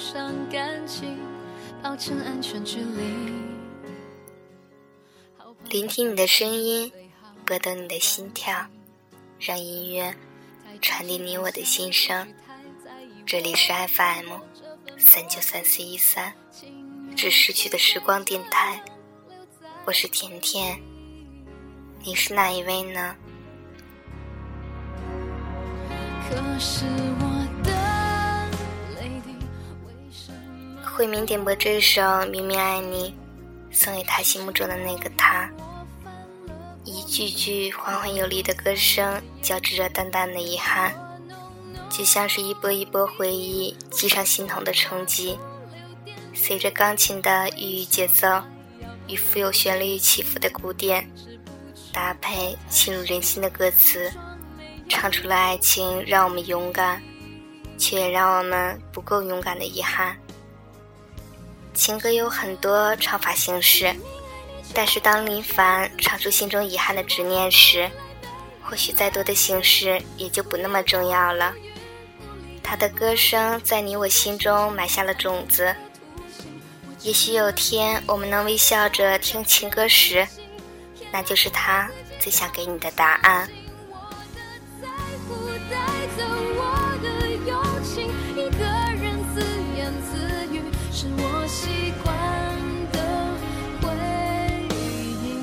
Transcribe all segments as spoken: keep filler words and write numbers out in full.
伤感情，保持安全距离。 聆听你的声音，拨动你的心跳，让音乐传递你我的心声。这里是 F M 三九三四一三，致逝去的时光电台，我是甜甜，你是哪一位呢？ 可是我的泪滴为什么慧明点播这首《明明爱你》，送给他心目中的那个他。一句句缓缓有力的歌声交织着淡淡的遗憾，就像是一波一波回忆击上心头的冲击，随着钢琴的郁郁节奏与富有旋律起伏的鼓点搭配沁入人心的歌词，唱出了爱情让我们勇敢却也让我们不够勇敢的遗憾。情歌有很多唱法形式，但是当林凡唱出心中遗憾的执念时，或许再多的形式也就不那么重要了。他的歌声在你我心中埋下了种子，也许有天我们能微笑着听情歌时，那就是他最想给你的答案。 是我习惯的回忆。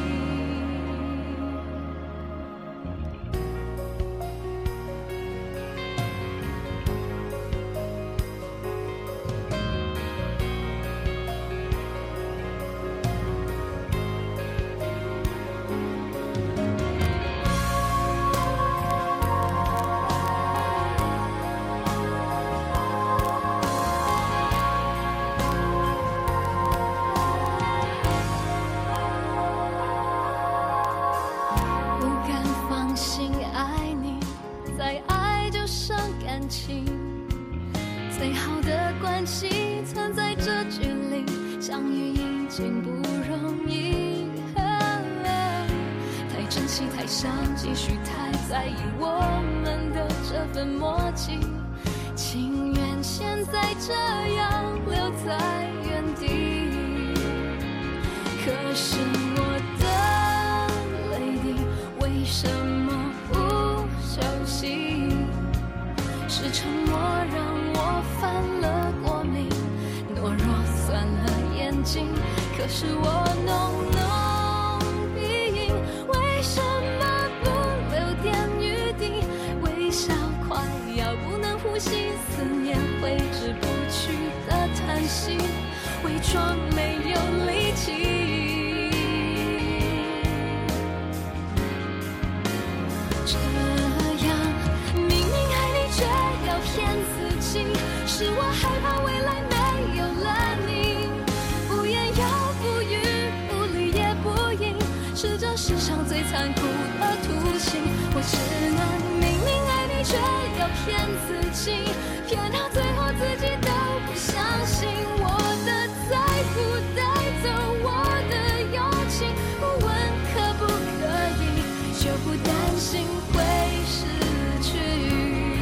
最好的关系存在这距离，相遇已经不容易，太珍惜太想继续太在意我们的这份默契，情愿现在这样留在原地。可是我的泪滴为什么不休息？是沉默让我犯了过敏，懦弱酸了眼睛，可是我浓浓鼻音，为什么不留点余地？微笑快要不能呼吸，思念挥之不去的叹息，伪装没有力气。是我害怕未来没有了你，不言又不语，不理也不应，是这世上最残酷的图形。我只能明明爱你，却要骗自己，骗到最后自己都不相信。我的在乎带走我的勇气，不问可不可以，就不担心会失去。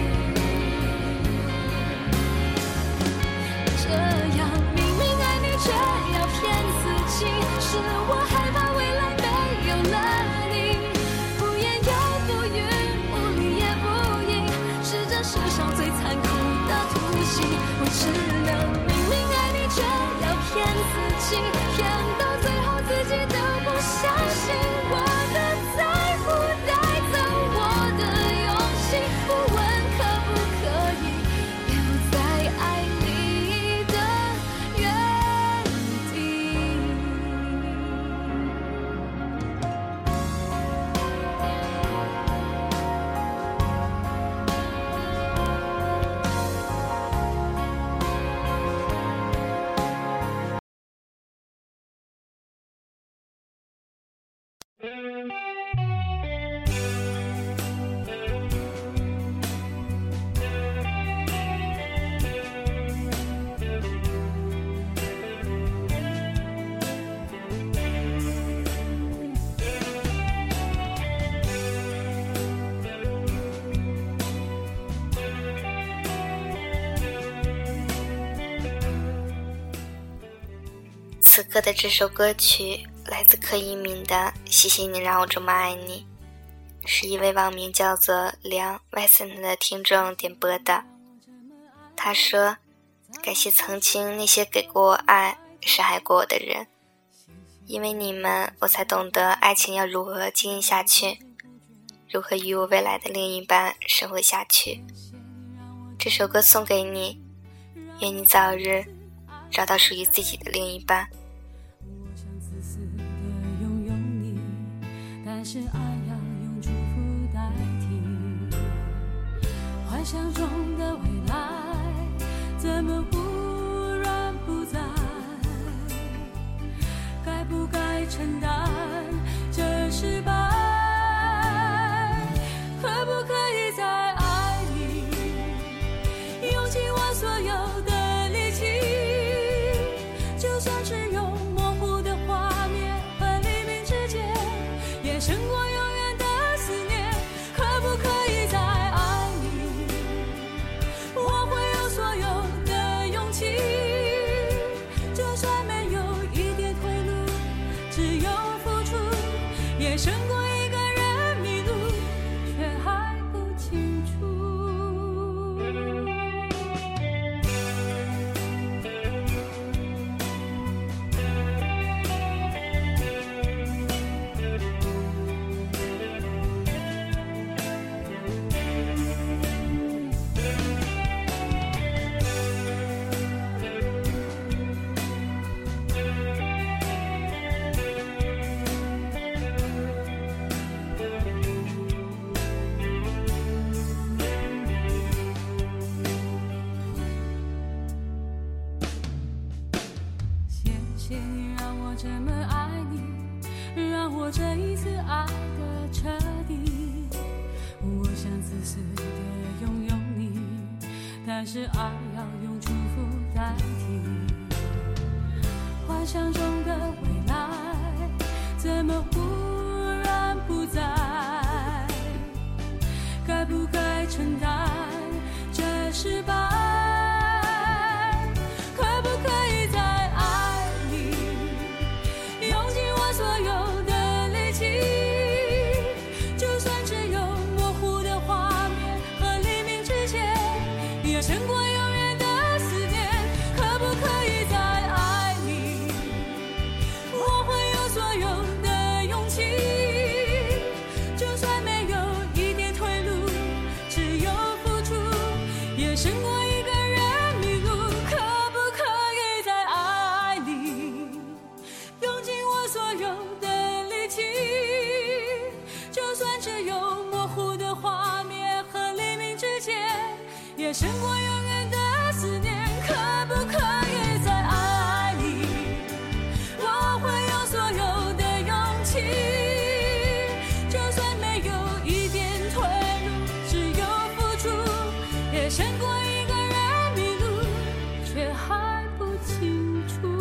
这样明明爱你却要骗自己，是我害怕未来没有了你，不言又不语，不理也不应，是这世上最残酷的图形。我只能明明爱你却要骗自己，骗到最后自己都不相信。我的在乎带走我的勇气，不问可不可以留在爱你的原地。 此刻的这首歌曲来自柯以敏的《谢谢你让我这么爱你》，是一位网名叫做梁 Vincent 的听众点播的。他说，感谢曾经那些给过我爱伤害过我的人，因为你们我才懂得爱情要如何经营下去，如何与我未来的另一半生活下去。这首歌送给你，愿你早日找到属于自己的另一半。 我想自私的拥有你，但是爱要用祝福代替。幻想中的未来怎么忽然不在，该不该承担这失败，可不可以在爱里用尽我所有的力气，就算是用模糊的画面和黎明之间，也胜过永远的思念。可不可以在爱里我会有所有的勇气，就算没有一点退路，只有付出，也胜过一个人迷路却还不清楚。谢谢你让我这么爱你，让我这一次爱得彻底。我想自私的拥有你，但是爱要用祝福代替。幻想中的未来怎么忽然不在，该不该承担这失败，可不可以在爱里用尽我所有的力气，就算只有模糊的画面和黎明之间，也胜过永远的思念。可不可以在爱里我会有所有的勇气，就算没有一点退路，只有付出，也胜过一个人迷路。可不可以在爱里用尽我所有的力气，就算只有模糊的画面和黎明之间，也胜过永远的思念。可不可以在爱里我会有所有的勇气，就算没有一点退路，只有付出，也胜过一个人迷路却还不清楚。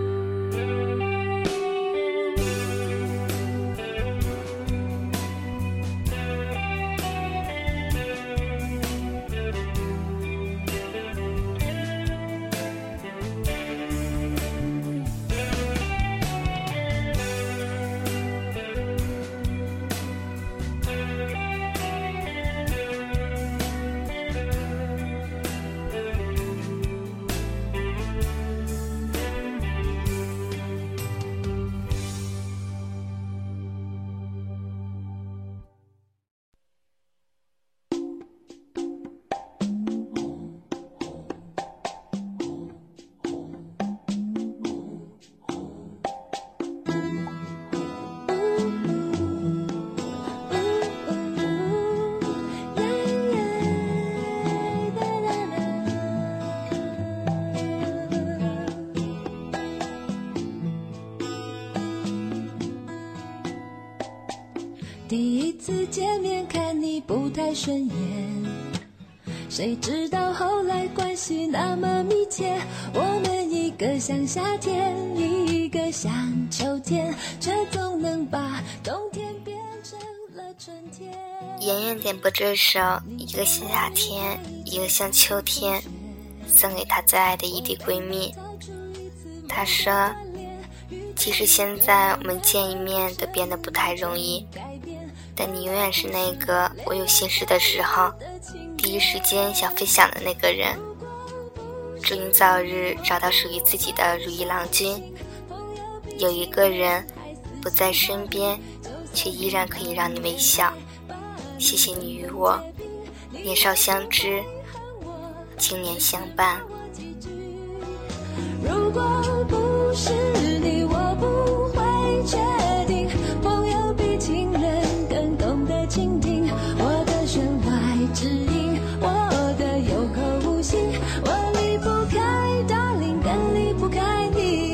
第一次见面看你不太顺眼，谁知道后来关系那么密切，我们一个像夏天，一个像秋天，却总能把冬天变成了春天。 妍妍点播这首《一个像夏天，一个像秋天》，送给她最爱的异地闺蜜。她说， 其实现在我们见一面都变得不太容易，但你永远是那个我有心事的时候第一时间想分享的那个人。祝你早日找到属于自己的如意郎君，有一个人不在身边，却依然可以让你微笑。谢谢你与我年少相知，青年相伴。 如果不是你，我不会确定。朋友比情人更懂得倾听我的弦外之音，我的有口无心，我离不开 darling， 更离不开你。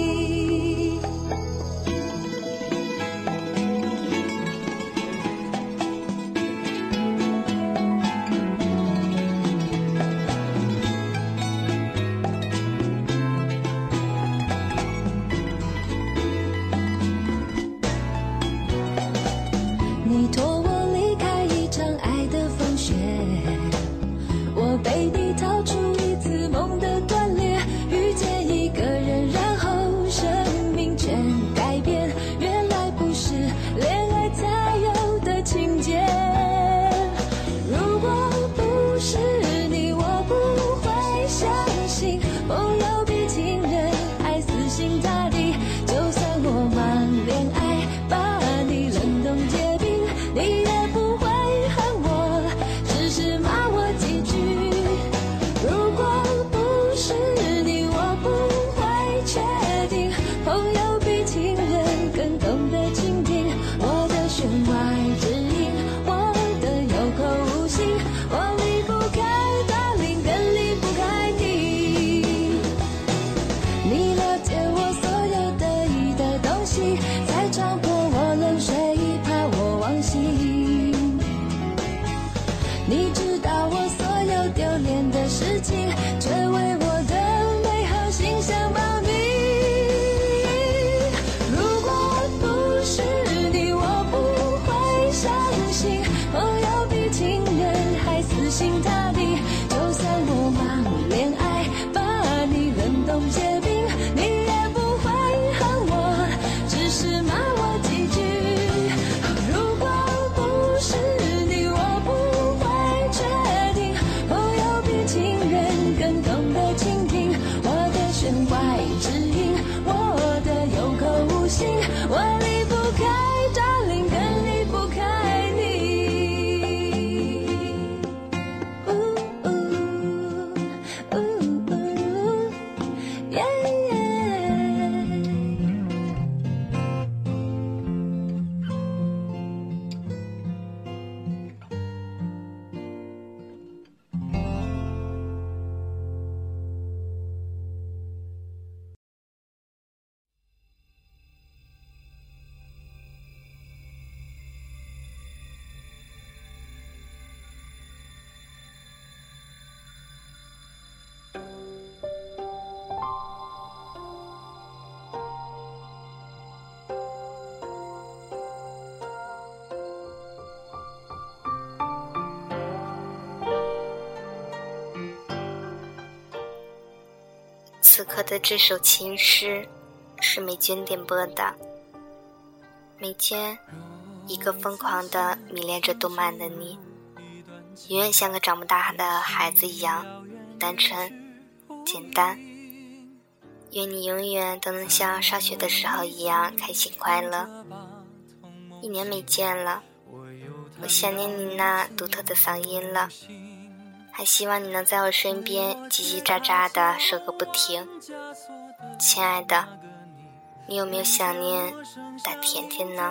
你托我离开一场爱的风雪，我被你逃出一次梦的断裂，遇见一个人，然后生命全改变，原来不是恋爱才有的情节。如果不是你，我不会相信朋友比情人还死心塌地，就算我忙恋爱把你冷冻结冰，你也不会恨我，只是骂我几句。如果不是你，我不会确定朋友比情人更懂得倾听我的弦外之音，我的有口无心，我离不开 darling， 更离不开你。你了解我所有得意的东西，才撞破我冷水，怕我忘形。你知道我所有丢脸的事情，却为我的美好形象保密。如果不是你，我不会相信朋友比情人还死心塌地，就算我忙恋爱把你冷冻结冰，你也不会恨我，只是骂我几句。如果不是你，我不会确定朋友比情人更懂得倾听我的弦外之音，我的有口无心，我离不开 darling， 更离不开你。呜呜呜呜耶耶。 此刻的这首情诗是美娟点播的。美娟，一个疯狂的迷恋着动漫的你，永远像个长不大的孩子一样单纯简单。愿你永远都能像上学的时候一样开心快乐。一年没见了，我想念你那独特的嗓音了，还希望你能在我身边叽叽喳喳地说个不停。亲爱的，你有没有想念大甜甜呢？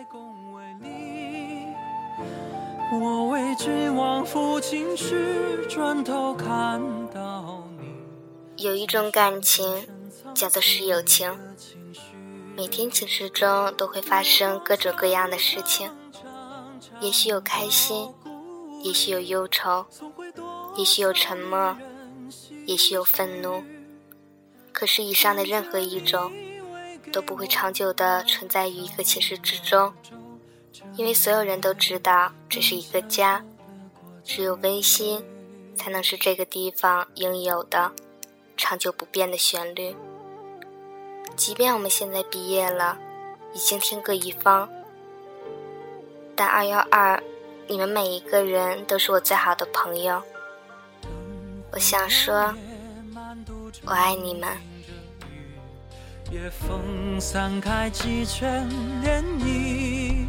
我为君王抚琴时，转头看到你。 有一种感情叫做是友情，每天寝室中都会发生各种各样的事情，也许有开心，也许有忧愁，也许有沉默，也许有愤怒。可是以上的任何一种都不会长久地存在于一个寝室之中，因为所有人都知道这是一个家，只有温馨才能是这个地方应有的长久不变的旋律。 即便我们现在毕业了，已经天各一方，但二幺二，你们每一个人都是我最好的朋友。我想说，我爱你们。 夜风散开几圈涟漪，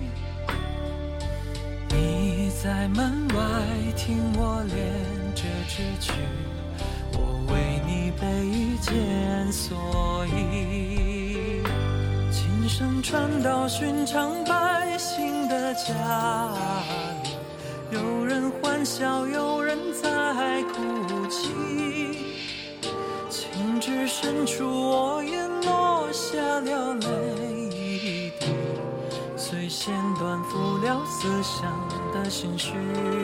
你在门外听我练这支曲，我为你备一件蓑衣，琴声传到寻常百姓的家里，有人欢笑，有人在哭泣，情至深处，我也落下了泪一滴，虽线断付了思乡的心绪。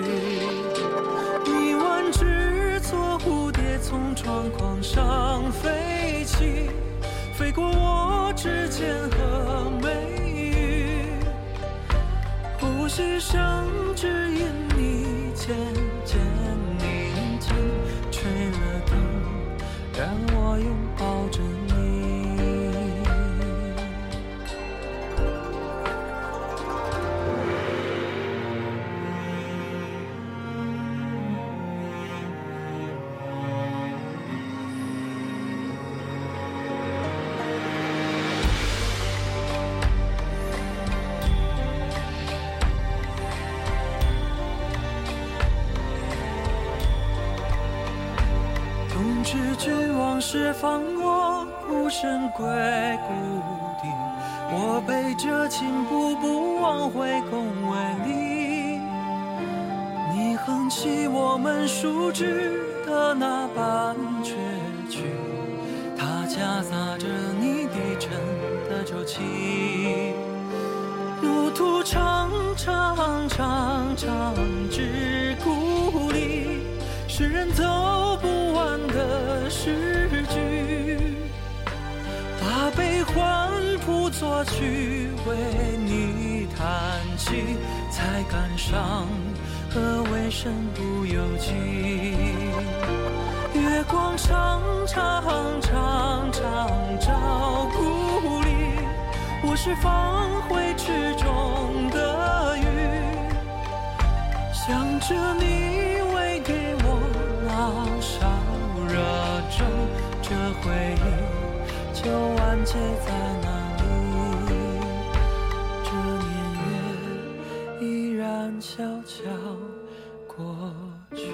你挽只做蝴蝶从窗框上飞起，飞过我指尖和眉宇，呼吸声只因你渐渐宁静，吹了灯让我拥抱着你。冬至君往事放我孤身归故地，我背着琴步步往回宫闱里，你哼起我们熟知的那般绝句，它夹杂着你低沉的周期，路途长长长长至故里，诗人走不完的诗句，把悲欢谱作曲为你弹起，才感伤和为身不由己。月光长长长长照故里，我是放回池中的鱼，想着你为给我老烧热粥，这回忆就完结在哪里？这年月依然悄悄过去。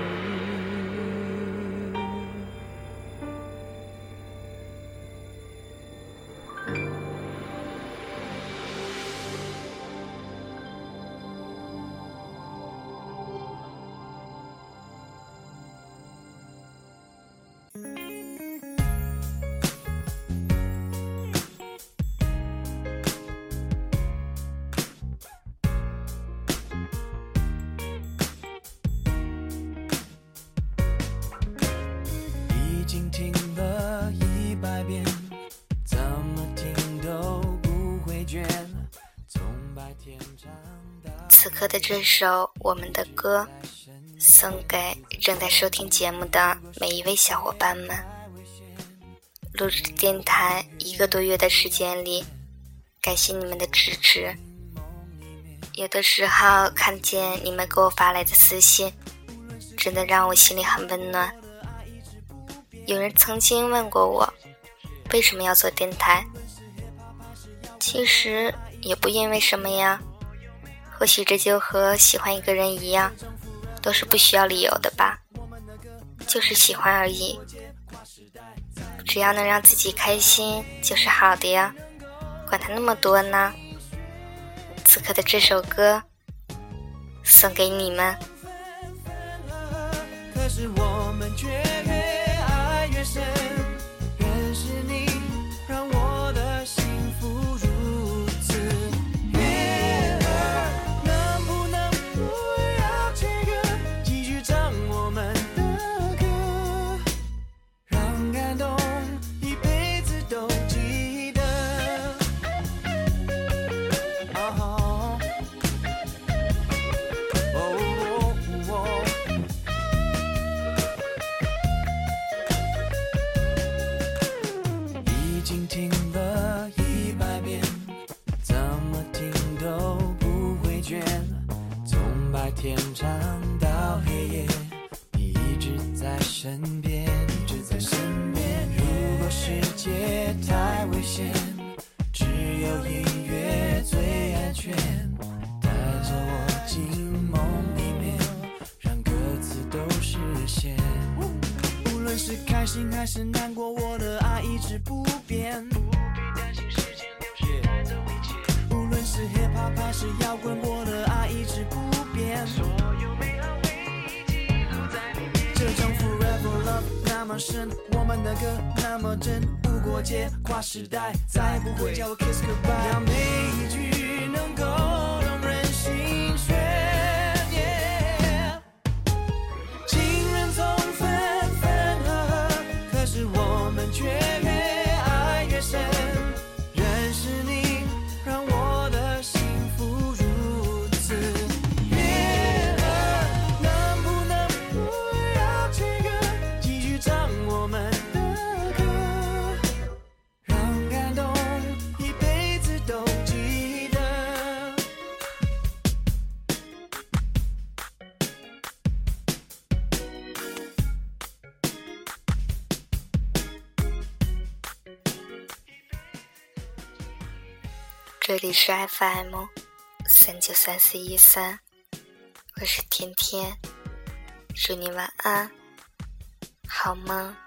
已经听了一百遍，怎么听都不会倦，从白天长大。 此刻的这首我们的歌，送给正在收听节目的每一位小伙伴们。录制电台一个多月的时间里，感谢你们的支持。有的时候看见你们给我发来的私信，真的让我心里很温暖。有人曾经问过我，为什么要做电台？其实也不因为什么呀，或许这就和喜欢一个人一样，都是不需要理由的吧，就是喜欢而已。只要能让自己开心就是好的呀，管它那么多呢。此刻的这首歌送给你们。 可是我们却越爱越深，原是你让我的幸福如此悦耳，能不能不要这个，继续唱我们的歌，让感动一辈子都记得。哦哦哦天长到黑夜，你一直在身边，一直在身边。如果世界太危险，只有音乐最安全，带着我进梦里面，让歌词都实现。无论是开心还是难过，我的爱一直不变，不必担心时间流逝带走一切。无论是 hip hop 还是摇滚，我的爱一直不变，所有美好回忆记录在里面。这种 forever love 那么深，我们的歌那么真，无国界跨时代，再不会叫我 kiss goodbye。让每一句能够让人心碎。情人总分分合合，可是我们却越爱越深。认识你让我的幸福如此悦耳，能不能不要这个继续唱我们的歌，让感动一辈子都记得。 这里是 F M 三九三四一三，我是甜甜，祝你晚安，好梦。